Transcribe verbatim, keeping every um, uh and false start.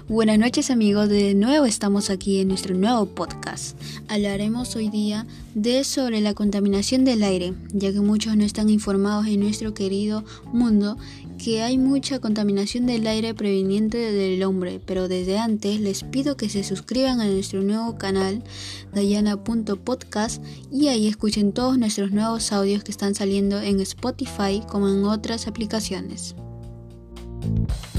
Buenas noches amigos, de nuevo estamos aquí en nuestro nuevo podcast. Hablaremos hoy día de sobre la contaminación del aire, ya que muchos no están informados en nuestro querido mundo que hay mucha contaminación del aire proveniente del hombre, pero desde antes les pido que se suscriban a nuestro nuevo canal dayana punto podcast y ahí escuchen todos nuestros nuevos audios que están saliendo en Spotify como en otras aplicaciones.